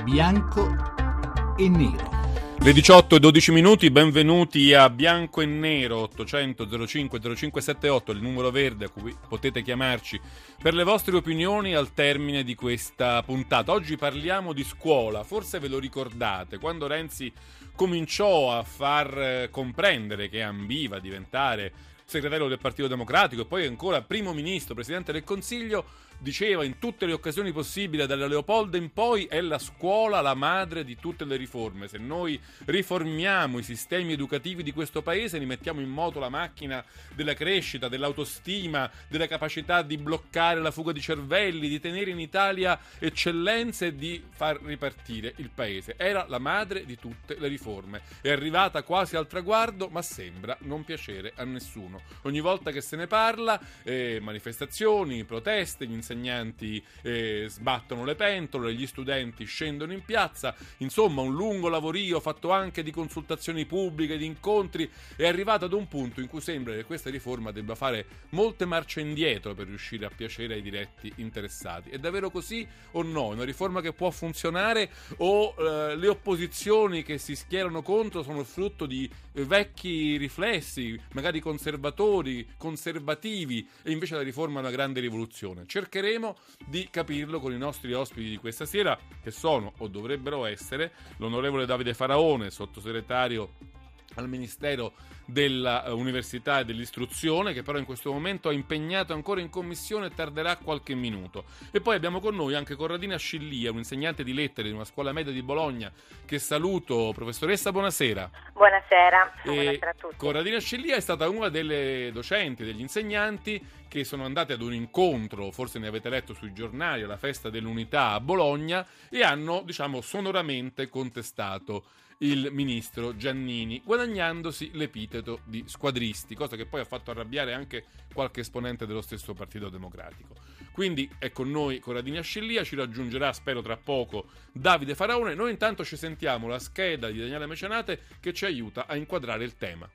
Bianco e nero. Le 18 e 12 minuti, benvenuti a Bianco e Nero. 800 05 0578, il numero verde a cui potete chiamarci per le vostre opinioni al termine di questa puntata. Oggi parliamo di scuola. Forse ve lo ricordate, quando Renzi cominciò a far comprendere che ambiva a diventare segretario del Partito Democratico e poi ancora primo ministro, presidente del Consiglio, diceva in tutte le occasioni possibili, dalla Leopolda in poi, è la scuola la madre di tutte le riforme. Se noi riformiamo i sistemi educativi di questo paese, rimettiamo in moto la macchina della crescita, dell'autostima, della capacità di bloccare la fuga di cervelli, di tenere in Italia eccellenze e di far ripartire il paese. Era la madre di tutte le riforme. È arrivata quasi al traguardo, ma sembra non piacere a nessuno. Ogni volta che se ne parla, manifestazioni, proteste, gli insegnanti sbattono le pentole, gli studenti scendono in piazza, insomma un lungo lavorio fatto anche di consultazioni pubbliche, di incontri, è arrivato ad un punto in cui sembra che questa riforma debba fare molte marce indietro per riuscire a piacere ai diretti interessati. È davvero così o no? È una riforma che può funzionare o le opposizioni che si schierano contro sono il frutto di vecchi riflessi, magari conservativi, e invece la riforma è una grande rivoluzione? Cercheremo di capirlo con i nostri ospiti di questa sera, che sono, o dovrebbero essere, l'onorevole Davide Faraone, sottosegretario al Ministero dell'Università e dell'Istruzione, che però in questo momento è impegnato ancora in commissione e tarderà qualche minuto. E poi abbiamo con noi anche Corradina Scilia, un'insegnante di lettere di una scuola media di Bologna, che saluto. Professoressa, buonasera. Buonasera a tutti. Corradina Scilia è stata una delle docenti, degli insegnanti che sono andati ad un incontro, forse ne avete letto sui giornali, alla festa dell'Unità a Bologna, e hanno, sonoramente contestato il ministro Giannini, guadagnandosi l'epiteto di squadristi, cosa che poi ha fatto arrabbiare anche qualche esponente dello stesso Partito Democratico. Quindi è con noi Corradina Scilia, ci raggiungerà spero tra poco Davide Faraone. Noi intanto ci sentiamo la scheda di Daniele Mecenate che ci aiuta a inquadrare il tema.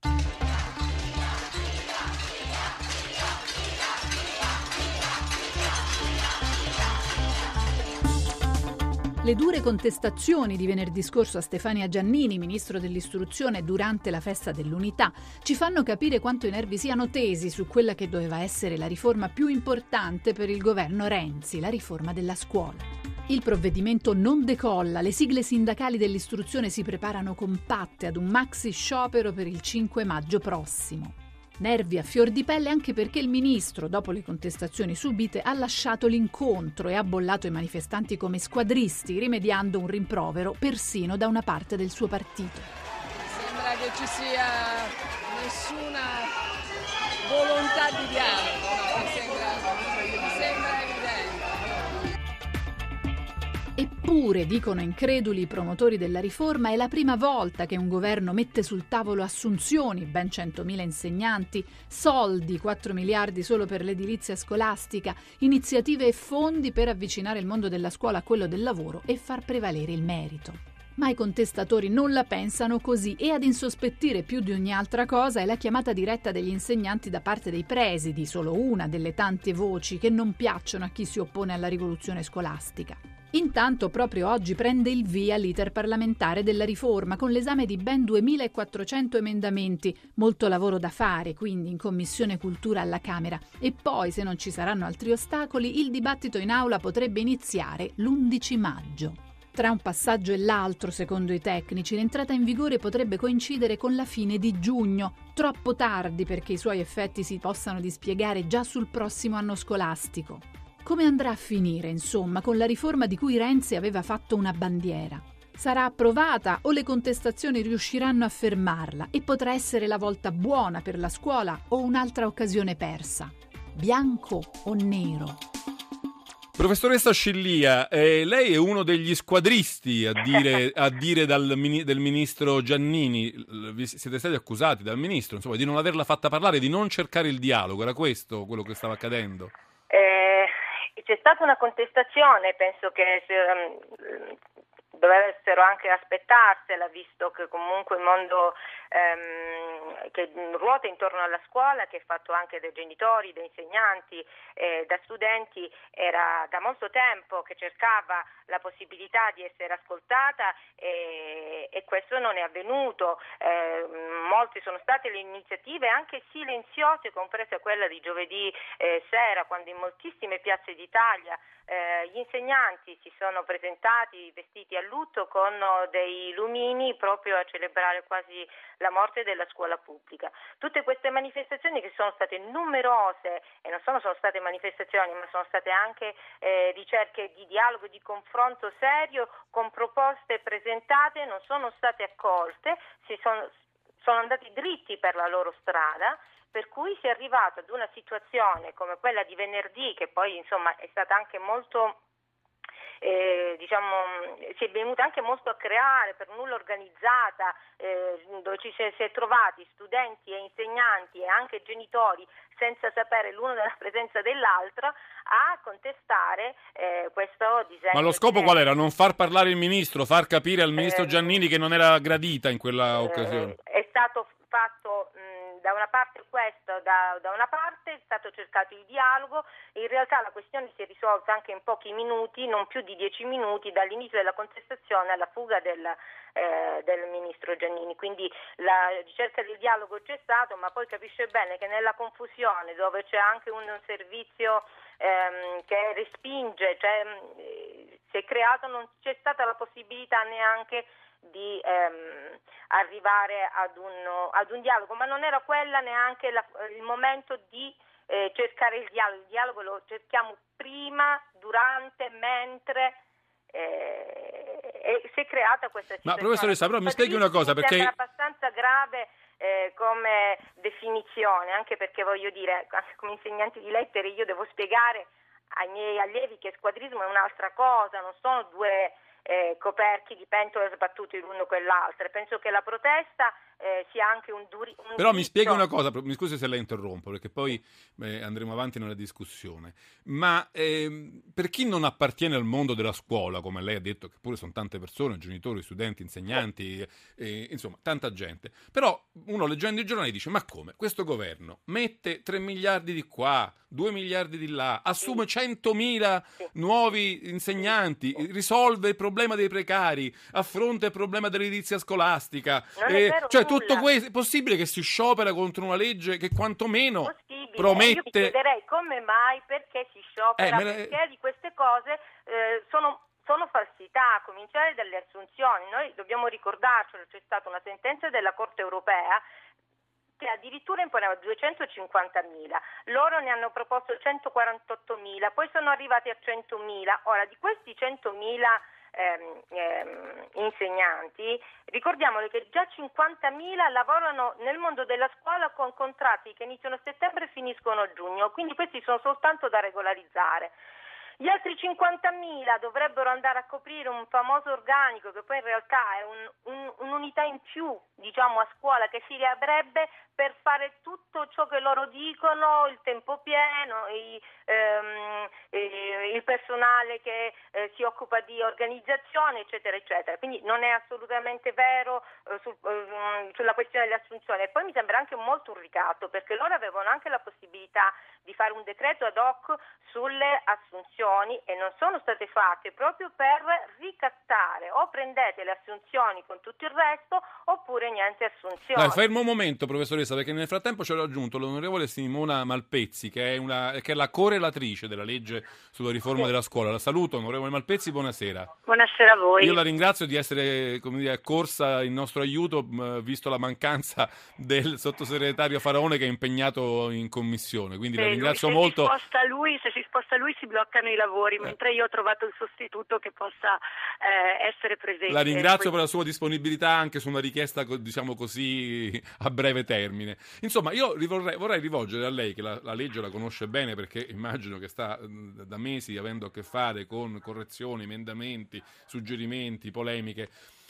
Le dure contestazioni di venerdì scorso a Stefania Giannini, ministro dell'istruzione, durante la festa dell'Unità, ci fanno capire quanto i nervi siano tesi su quella che doveva essere la riforma più importante per il governo Renzi, la riforma della scuola. Il provvedimento non decolla, le sigle sindacali dell'istruzione si preparano compatte ad un maxi sciopero per il 5 maggio prossimo. Nervi a fior di pelle anche perché il ministro, dopo le contestazioni subite, ha lasciato l'incontro e ha bollato i manifestanti come squadristi, rimediando un rimprovero persino da una parte del suo partito. Sembra che ci sia nessuna volontà di dialogo, no? Mi sembra evidente. Eppure, dicono increduli i promotori della riforma, è la prima volta che un governo mette sul tavolo assunzioni, ben 100.000 insegnanti, soldi, 4 miliardi solo per l'edilizia scolastica, iniziative e fondi per avvicinare il mondo della scuola a quello del lavoro e far prevalere il merito. Ma i contestatori non la pensano così e ad insospettire più di ogni altra cosa è la chiamata diretta degli insegnanti da parte dei presidi, solo una delle tante voci che non piacciono a chi si oppone alla rivoluzione scolastica. Intanto proprio oggi prende il via l'iter parlamentare della riforma con l'esame di ben 2.400 emendamenti, molto lavoro da fare quindi in Commissione Cultura alla Camera e poi, se non ci saranno altri ostacoli, il dibattito in aula potrebbe iniziare l'11 maggio. Tra un passaggio e l'altro, secondo i tecnici, l'entrata in vigore potrebbe coincidere con la fine di giugno, troppo tardi perché i suoi effetti si possano dispiegare già sul prossimo anno scolastico. Come andrà a finire, insomma, con la riforma di cui Renzi aveva fatto una bandiera? Sarà approvata o le contestazioni riusciranno a fermarla e potrà essere la volta buona per la scuola o un'altra occasione persa? Bianco o nero? Professoressa Scilia, lei è uno degli squadristi a dire del ministro Giannini. Siete stati accusati dal ministro, insomma, di non averla fatta parlare, di non cercare il dialogo. Era questo quello che stava accadendo? C'è stata una contestazione, penso che dovessero anche aspettarsela, visto che comunque il mondo che ruota intorno alla scuola, che è fatto anche dai genitori, dai insegnanti, da studenti, era da molto tempo che cercava la possibilità di essere ascoltata e questo non è avvenuto. Molte sono state le iniziative anche silenziose, compresa quella di giovedì sera, quando in moltissime piazze d'Italia gli insegnanti si sono presentati vestiti a lutto con dei lumini proprio a celebrare quasi la morte della scuola pubblica. Tutte queste manifestazioni, che sono state numerose e non sono state manifestazioni, ma sono state anche ricerche di dialogo, di confronto serio con proposte presentate, non sono state accolte, sono andati dritti per la loro strada, per cui si è arrivato ad una situazione come quella di venerdì, che poi insomma è stata anche molto si è venuta anche molto a creare, per nulla organizzata, dove ci si è trovati studenti e insegnanti e anche genitori senza sapere l'uno della presenza dell'altro a contestare questo disegno. Ma lo scopo qual era? Non far parlare il ministro, far capire al ministro Giannini che non era gradita in quella occasione? È stato fatto da una parte questo, da una parte è stato cercato il dialogo. In realtà la questione si è risolta anche in pochi minuti, non più di 10 minuti, dall'inizio della contestazione alla fuga del ministro Giannini. Quindi la ricerca del dialogo c'è stato, ma poi capisce bene che nella confusione, dove c'è anche un servizio che respinge, si è creato, non c'è stata la possibilità neanche di arrivare ad un dialogo, ma non era quella neanche il momento di cercare il dialogo. Il dialogo lo cerchiamo prima, durante, mentre si è creata questa situazione. Ma professoressa, però mi spieghi una cosa, perché sembra abbastanza grave come definizione, anche perché voglio dire, come insegnante di lettere io devo spiegare ai miei allievi che squadrismo è un'altra cosa, non sono due coperchi di pentole sbattute l'uno con l'altra. Penso che la protesta sia anche un Però mi spieghi una cosa, mi scusi se la interrompo, perché poi andremo avanti nella discussione, ma per chi non appartiene al mondo della scuola, come lei ha detto, che pure sono tante persone, genitori, studenti, insegnanti, insomma tanta gente, però uno leggendo i giornali dice: ma come? Questo governo mette 3 miliardi di qua, 2 miliardi di là, assume 100.000 nuovi insegnanti, risolve il problema dei precari, affronta il problema dell'edilizia scolastica, cioè tutto questo. È possibile che si sciopera contro una legge che quantomeno promette? Io mi chiederei come mai, perché si sciopera, perché di queste cose sono falsità, a cominciare dalle assunzioni. Noi dobbiamo ricordarcelo, c'è stata una sentenza della Corte europea che addirittura imponeva 250.000, loro ne hanno proposto 148.000, poi sono arrivati a 100.000. Ora, di questi 100.000 insegnanti, ricordiamole che già 50.000 lavorano nel mondo della scuola con contratti che iniziano a settembre e finiscono a giugno, quindi questi sono soltanto da regolarizzare. Gli altri 50.000 dovrebbero andare a coprire un famoso organico che poi in realtà è un'unità in più, diciamo, a scuola, che si riavrebbe per fare tutto ciò che loro dicono, il tempo pieno, il personale che si occupa di organizzazione, eccetera, eccetera. Quindi non è assolutamente vero sulla questione delle assunzioni. E poi mi sembra anche molto un ricatto, perché loro avevano anche la possibilità di fare un decreto ad hoc sulle assunzioni e non sono state fatte, proprio per ricattare: o prendete le assunzioni con tutto il resto oppure niente assunzioni. Dai, fermo un momento, professoressa, perché nel frattempo ci ho raggiunto l'onorevole Simona Malpezzi, che è la correlatrice della legge sulla riforma della scuola. La saluto, onorevole Malpezzi, buonasera. Buonasera a voi. Io la ringrazio di essere, come dire, accorsa in nostro aiuto, visto la mancanza del sottosegretario Faraone, che è impegnato in commissione, quindi la ringrazio molto. Se si sposta lui si bloccano i lavori, mentre io ho trovato il sostituto che possa essere presente. La ringrazio per la sua disponibilità anche su una richiesta, diciamo così, a breve termine. Insomma, io vorrei rivolgere a lei, che la legge la conosce bene, perché immagino che sta da mesi avendo a che fare con correzioni, emendamenti, suggerimenti, polemiche.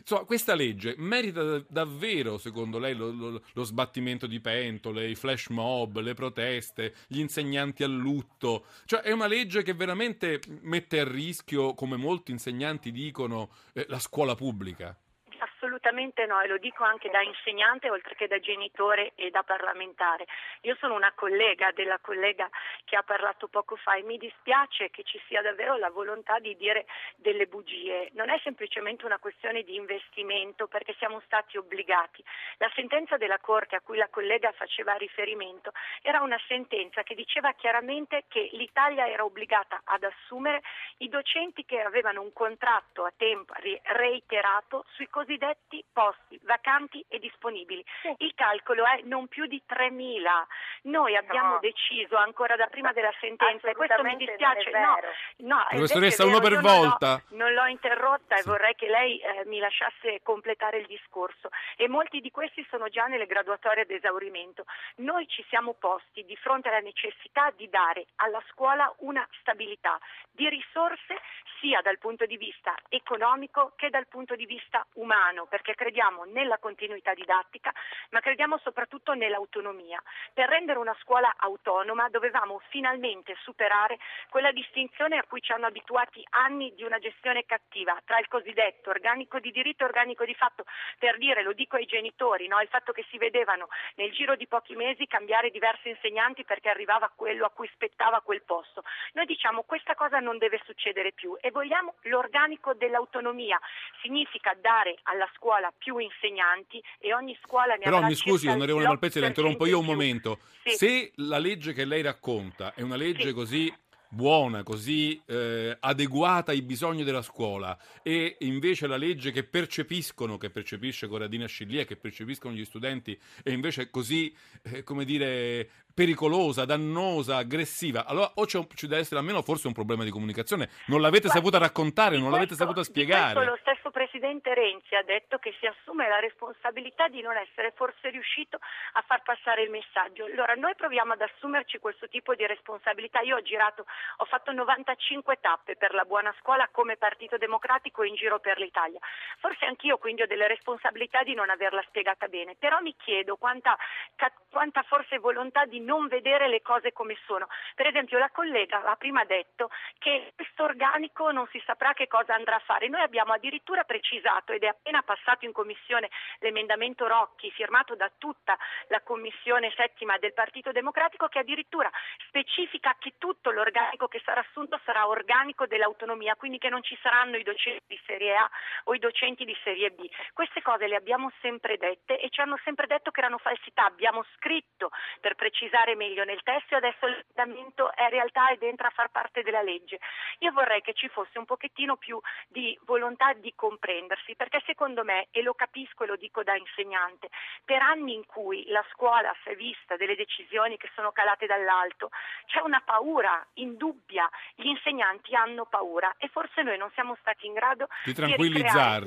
Insomma, questa legge merita davvero, secondo lei, lo sbattimento di pentole, i flash mob, le proteste, gli insegnanti a lutto? Cioè, è una legge che veramente mette a rischio, come molti insegnanti dicono, la scuola pubblica? Assolutamente no, e lo dico anche da insegnante oltre che da genitore e da parlamentare. Io sono una collega della collega che ha parlato poco fa e mi dispiace che ci sia davvero la volontà di dire delle bugie. Non è semplicemente una questione di investimento perché siamo stati obbligati. La sentenza della Corte a cui la collega faceva riferimento era una sentenza che diceva chiaramente che l'Italia era obbligata ad assumere i docenti che avevano un contratto a tempo reiterato sui cosiddetti posti vacanti e disponibili. Il calcolo è non più di 3.000. Noi abbiamo deciso ancora da prima della sentenza, e questo mi dispiace. No, professoressa, uno per volta. Non l'ho interrotta e vorrei che lei mi lasciasse completare il discorso. E molti di questi sono già nelle graduatorie ad esaurimento. Noi ci siamo posti di fronte alla necessità di dare alla scuola una stabilità di risorse sia dal punto di vista economico che dal punto di vista umano, perché crediamo nella continuità didattica, ma crediamo soprattutto nell'autonomia. Per rendere una scuola autonoma dovevamo finalmente superare quella distinzione a cui ci hanno abituati anni di una gestione cattiva tra il cosiddetto organico di diritto e organico di fatto, per dire, lo dico ai genitori, no? Il fatto che si vedevano nel giro di pochi mesi cambiare diversi insegnanti perché arrivava quello a cui spettava quel posto. Noi diciamo questa cosa non deve succedere più e vogliamo l'organico dell'autonomia. Significa dare alla scuola più insegnanti e ogni scuola ne avrà. Però mi scusi, onorevole Malpezzi, la interrompo io un momento. Sì. Se la legge che lei racconta è una legge così buona, così adeguata ai bisogni della scuola, e invece la legge che percepisce Corradini Ascillia, che percepiscono gli studenti, è invece così, come dire, pericolosa, dannosa, aggressiva, allora o ci deve essere almeno forse un problema di comunicazione. Non l'avete saputa raccontare, non l'avete saputa spiegare. Lo stesso Presidente Renzi ha detto che si assume la responsabilità di non essere forse riuscito a far passare il messaggio. Allora noi proviamo ad assumerci questo tipo di responsabilità. Io ho fatto 95 tappe per la buona scuola come Partito Democratico in giro per l'Italia. Forse anch'io quindi ho delle responsabilità di non averla spiegata bene, però mi chiedo quanta forse volontà di non vedere le cose come sono. Per esempio la collega ha prima detto che questo organico non si saprà che cosa andrà a fare. Noi abbiamo addirittura precisato, ed è appena passato in commissione l'emendamento Rocchi firmato da tutta la commissione settima del Partito Democratico, che addirittura specifica che tutto l'organico che sarà assunto sarà organico dell'autonomia, quindi che non ci saranno i docenti di serie A o i docenti di serie B. Queste cose le abbiamo sempre dette e ci hanno sempre detto che erano falsità. Abbiamo scritto per precisare meglio nel testo e adesso l'emendamento è realtà ed entra a far parte della legge. Io vorrei che ci fosse un pochettino più di volontà di comprendersi, perché secondo me, e lo capisco e lo dico da insegnante, per anni in cui la scuola si è vista delle decisioni che sono calate dall'alto, c'è una paura indubbia, gli insegnanti hanno paura e forse noi non siamo stati in grado di tranquillizzarli,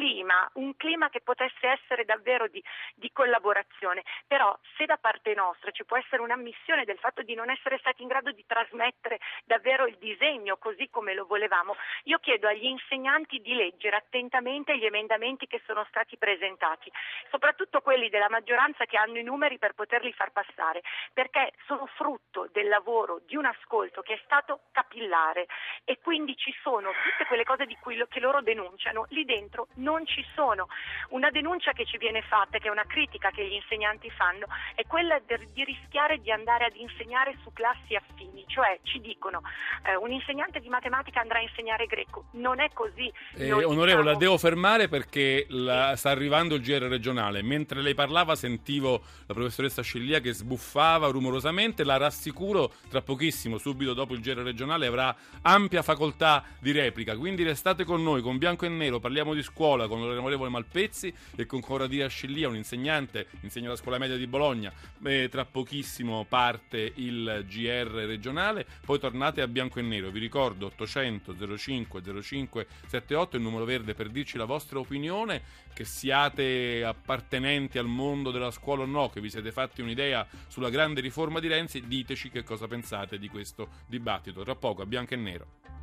un clima che potesse essere davvero di collaborazione. Però se da parte nostra ci può essere un'ammissione del fatto di non essere stati in grado di trasmettere davvero il disegno così come lo volevamo, io chiedo agli insegnanti di leggere attentamente gli emendamenti che sono stati presentati, soprattutto quelli della maggioranza che hanno i numeri per poterli far passare, perché sono frutto del lavoro di un ascolto che è stato capillare e quindi ci sono tutte quelle cose che loro denunciano, lì dentro non ci sono. Una denuncia che ci viene fatta, che è una critica che gli insegnanti fanno, è quella di rischiare di andare ad insegnare su classi affini, cioè ci dicono un insegnante di matematica andrà a insegnare greco. Non è così. Onorevole, la devo fermare perché sta arrivando il GR regionale. Mentre lei parlava sentivo la professoressa Ascillia che sbuffava rumorosamente. La rassicuro, tra pochissimo, subito dopo il GR regionale, avrà ampia facoltà di replica, quindi restate con noi, con Bianco e Nero parliamo di scuola con l'onorevole Malpezzi e con Corradini Ascillia, un insegnante, insegna alla scuola media di Bologna. Tra pochissimo parte il GR regionale, poi tornate a Bianco e Nero. Vi ricordo 800 05 05 78 il numero verde per dirci la vostra opinione, che siate appartenenti al mondo della scuola o no, che vi siete fatti un'idea sulla grande riforma di Renzi, diteci che cosa pensate di questo dibattito. Tra poco a Bianco e Nero.